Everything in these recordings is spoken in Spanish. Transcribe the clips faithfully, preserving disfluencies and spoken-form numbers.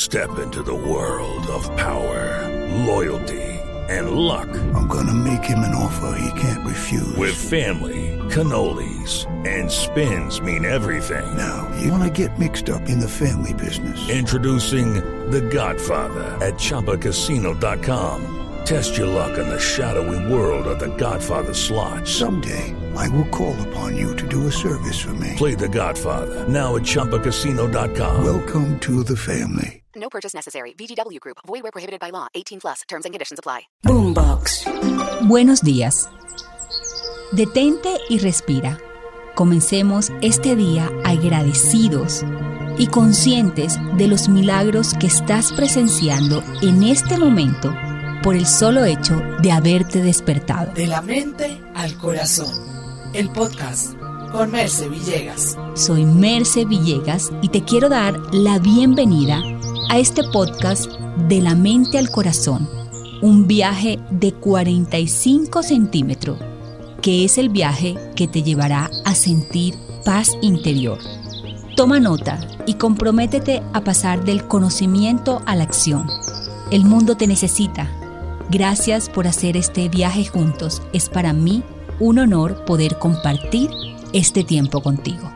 Step into the world of power, loyalty, and luck. I'm gonna make him an offer he can't refuse. With family, cannolis, and spins mean everything. Now, you wanna get mixed up in the family business. Introducing The Godfather at Chumba Casino dot com. Test your luck in the shadowy world of The Godfather slot. Someday, I will call upon you to do a service for me. Play The Godfather now at Chumba Casino dot com. Welcome to the family. No purchase necessary. V G W Group. Void where prohibited by law. eighteen plus. Terms and conditions apply. Boombox. Buenos días. Detente y respira. Comencemos este día agradecidos y conscientes de los milagros que estás presenciando en este momento por el solo hecho de haberte despertado. De la mente al corazón. El podcast con Merce Villegas. Soy Merce Villegas y te quiero dar la bienvenida a este podcast De la mente al corazón, un viaje de cuarenta y cinco centímetros, que es el viaje que te llevará a sentir paz interior. Toma nota y comprométete a pasar del conocimiento a la acción. El mundo te necesita. Gracias por hacer este viaje juntos. Es para mí un honor poder compartir este tiempo contigo.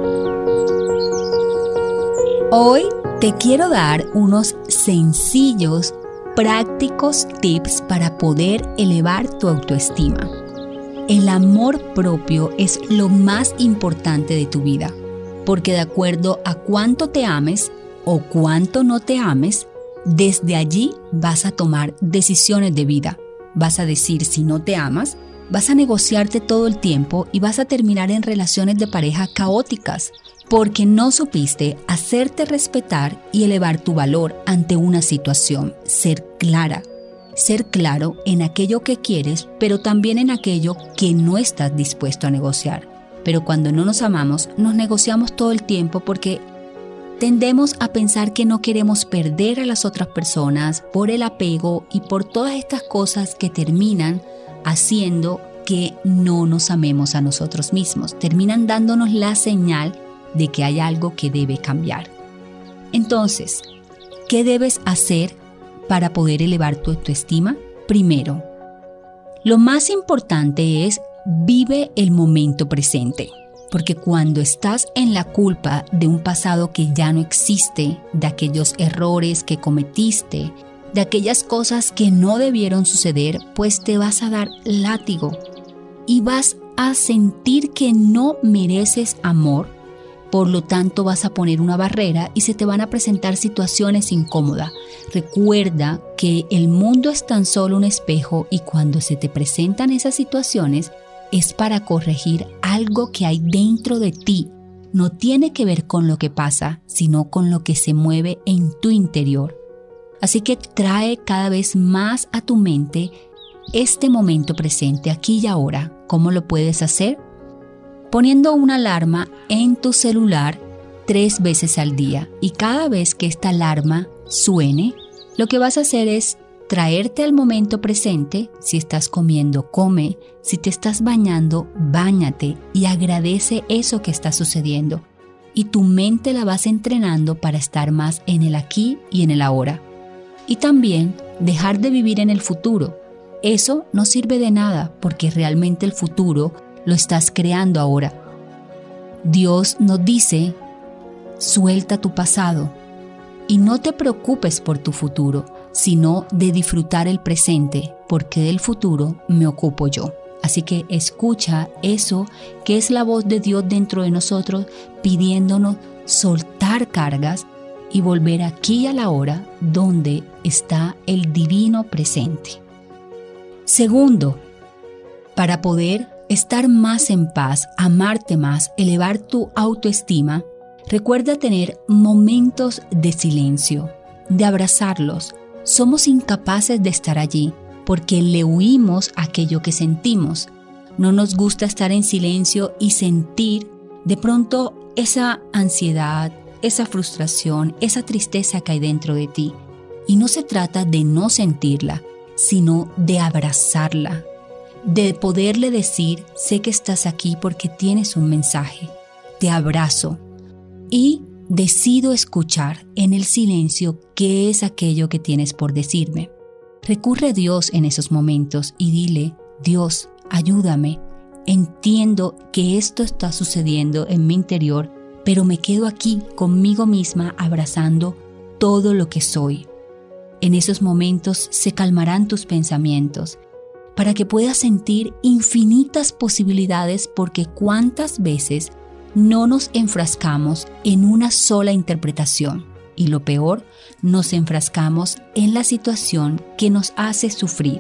Hoy te quiero dar unos sencillos, prácticos tips para poder elevar tu autoestima. El amor propio es lo más importante de tu vida, porque de acuerdo a cuánto te ames o cuánto no te ames, desde allí vas a tomar decisiones de vida. Vas a decir si no te amas, vas a negociarte todo el tiempo y vas a terminar en relaciones de pareja caóticas, porque no supiste hacerte respetar y elevar tu valor ante una situación. Ser clara, ser claro en aquello que quieres, pero también en aquello que no estás dispuesto a negociar. Pero cuando no nos amamos, nos negociamos todo el tiempo porque tendemos a pensar que no queremos perder a las otras personas por el apego y por todas estas cosas que terminan haciendo que no nos amemos a nosotros mismos. Terminan dándonos la señal de que hay algo que debe cambiar. Entonces, ¿qué debes hacer para poder elevar tu autoestima? Primero, lo más importante es vive el momento presente. Porque cuando estás en la culpa de un pasado que ya no existe, de aquellos errores que cometiste, de aquellas cosas que no debieron suceder, pues te vas a dar látigo y vas a sentir que no mereces amor. Por lo tanto, vas a poner una barrera y se te van a presentar situaciones incómodas. Recuerda que el mundo es tan solo un espejo y cuando se te presentan esas situaciones, es para corregir algo que hay dentro de ti. No tiene que ver con lo que pasa, sino con lo que se mueve en tu interior. Así que trae cada vez más a tu mente este momento presente, aquí y ahora. ¿Cómo lo puedes hacer? Poniendo una alarma en tu celular tres veces al día. Y cada vez que esta alarma suene, lo que vas a hacer es traerte al momento presente. Si estás comiendo, come. Si te estás bañando, báñate y agradece eso que está sucediendo. Y tu mente la vas entrenando para estar más en el aquí y en el ahora. Y también dejar de vivir en el futuro. Eso no sirve de nada porque realmente el futuro lo estás creando ahora. Dios nos dice, suelta tu pasado y no te preocupes por tu futuro, sino de disfrutar el presente, porque del futuro me ocupo yo. Así que escucha eso que es la voz de Dios dentro de nosotros, pidiéndonos soltar cargas y volver aquí a la hora donde está el divino presente. Segundo, para poder estar más en paz, amarte más, elevar tu autoestima, recuerda tener momentos de silencio, de abrazarlos. Somos incapaces de estar allí porque le huimos a aquello que sentimos. No nos gusta estar en silencio y sentir de pronto esa ansiedad, esa frustración, esa tristeza que hay dentro de ti. Y no se trata de no sentirla, sino de abrazarla, de poderle decir, sé que estás aquí porque tienes un mensaje, te abrazo. Y decido escuchar en el silencio qué es aquello que tienes por decirme. Recurre a Dios en esos momentos y dile: Dios, ayúdame. Entiendo que esto está sucediendo en mi interior, pero me quedo aquí conmigo misma abrazando todo lo que soy. En esos momentos se calmarán tus pensamientos para que puedas sentir infinitas posibilidades, porque cuántas veces no nos enfrascamos en una sola interpretación y lo peor, nos enfrascamos en la situación que nos hace sufrir.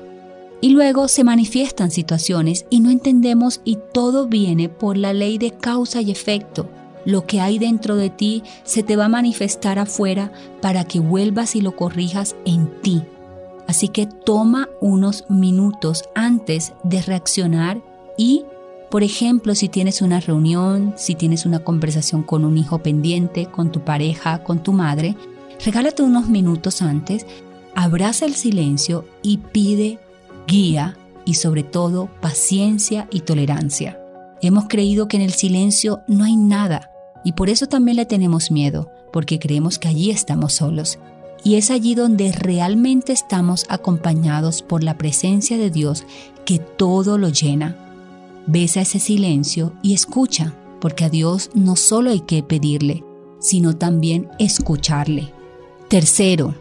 Y luego se manifiestan situaciones y no entendemos, y todo viene por la ley de causa y efecto. Lo que hay dentro de ti se te va a manifestar afuera para que vuelvas y lo corrijas en ti. Así que toma unos minutos antes de reaccionar y, por ejemplo, si tienes una reunión, si tienes una conversación con un hijo pendiente, con tu pareja, con tu madre, regálate unos minutos antes, abraza el silencio y pide guía y sobre todo paciencia y tolerancia. Hemos creído que en el silencio no hay nada y por eso también le tenemos miedo, porque creemos que allí estamos solos. Y es allí donde realmente estamos acompañados por la presencia de Dios que todo lo llena. Besa ese silencio y escucha, porque a Dios no solo hay que pedirle, sino también escucharle. Tercero,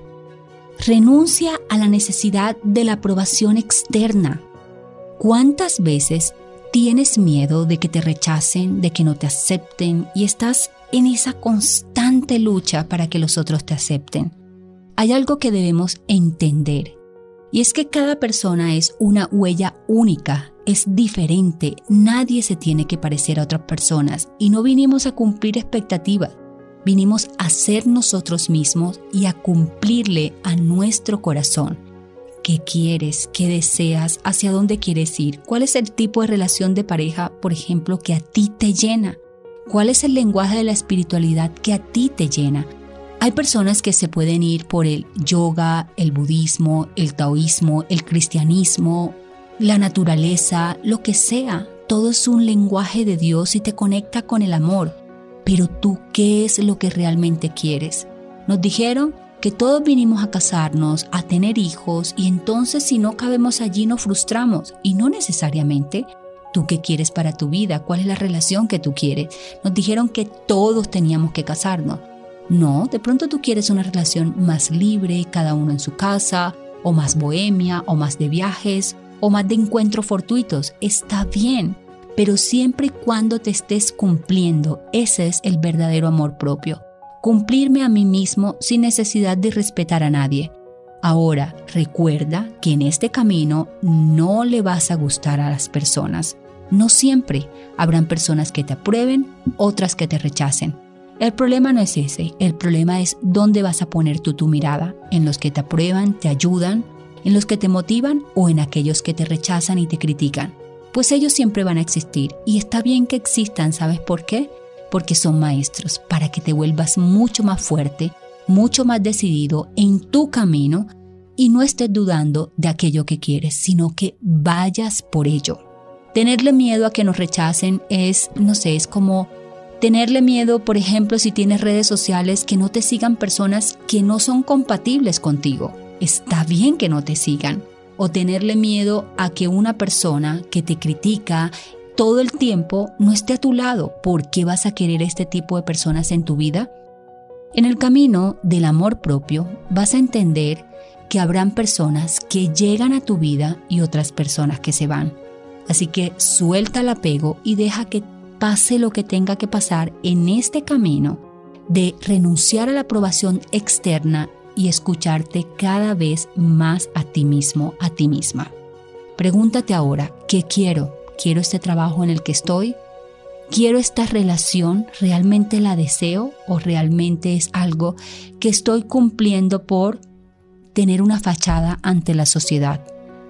renuncia a la necesidad de la aprobación externa. ¿Cuántas veces tienes miedo de que te rechacen, de que no te acepten y estás en esa constante lucha para que los otros te acepten? Hay algo que debemos entender, y es que cada persona es una huella única, es diferente, nadie se tiene que parecer a otras personas y no vinimos a cumplir expectativas. Vinimos a ser nosotros mismos y a cumplirle a nuestro corazón. ¿Qué quieres? ¿Qué deseas? ¿Hacia dónde quieres ir? ¿Cuál es el tipo de relación de pareja, por ejemplo, que a ti te llena? ¿Cuál es el lenguaje de la espiritualidad que a ti te llena? Hay personas que se pueden ir por el yoga, el budismo, el taoísmo, el cristianismo, la naturaleza, lo que sea. Todo es un lenguaje de Dios y te conecta con el amor. Pero tú, ¿qué es lo que realmente quieres? Nos dijeron que todos vinimos a casarnos, a tener hijos, y entonces si no cabemos allí nos frustramos. Y no necesariamente. ¿Tú qué quieres para tu vida? ¿Cuál es la relación que tú quieres? Nos dijeron que todos teníamos que casarnos. No, de pronto tú quieres una relación más libre, cada uno en su casa, o más bohemia, o más de viajes, o más de encuentros fortuitos. Está bien. Pero siempre y cuando te estés cumpliendo, ese es el verdadero amor propio. Cumplirme a mí mismo sin necesidad de respetar a nadie. Ahora, recuerda que en este camino no le vas a gustar a las personas. No siempre. Habrán personas que te aprueben, otras que te rechacen. El problema no es ese. El problema es dónde vas a poner tú tu mirada. En los que te aprueban, te ayudan, en los que te motivan o en aquellos que te rechazan y te critican. Pues ellos siempre van a existir y está bien que existan, ¿sabes por qué? Porque son maestros, para que te vuelvas mucho más fuerte, mucho más decidido en tu camino y no estés dudando de aquello que quieres, sino que vayas por ello. Tenerle miedo a que nos rechacen es, no sé, es como tenerle miedo, por ejemplo, si tienes redes sociales, que no te sigan personas que no son compatibles contigo. Está bien que no te sigan. O tenerle miedo a que una persona que te critica todo el tiempo no esté a tu lado. ¿Por qué vas a querer este tipo de personas en tu vida? En el camino del amor propio vas a entender que habrán personas que llegan a tu vida y otras personas que se van. Así que suelta el apego y deja que pase lo que tenga que pasar en este camino de renunciar a la aprobación externa y escucharte cada vez más a ti mismo, a ti misma. Pregúntate ahora, ¿qué quiero? ¿Quiero este trabajo en el que estoy? ¿Quiero esta relación? ¿Realmente la deseo o realmente es algo que estoy cumpliendo por tener una fachada ante la sociedad?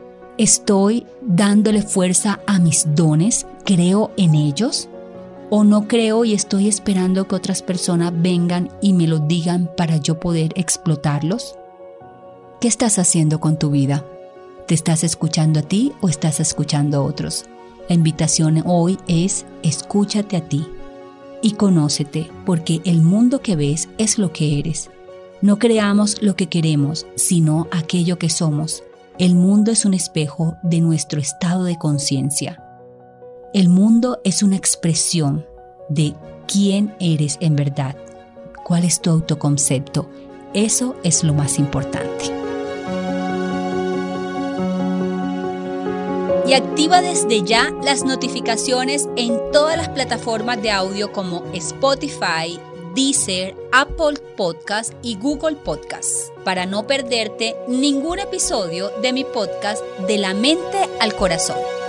¿Estoy dándole fuerza a mis dones? ¿Creo en ellos? ¿O no creo y estoy esperando que otras personas vengan y me lo digan para yo poder explotarlos? ¿Qué estás haciendo con tu vida? ¿Te estás escuchando a ti o estás escuchando a otros? La invitación hoy es escúchate a ti. y conócete, porque el mundo que ves es lo que eres. No creamos lo que queremos, sino aquello que somos. El mundo es un espejo de nuestro estado de conciencia. El mundo es una expresión de quién eres en verdad. ¿Cuál es tu autoconcepto? Eso es lo más importante. Y activa desde ya las notificaciones en todas las plataformas de audio como Spotify, Deezer, Apple Podcast y Google Podcast para no perderte ningún episodio de mi podcast De la Mente al Corazón.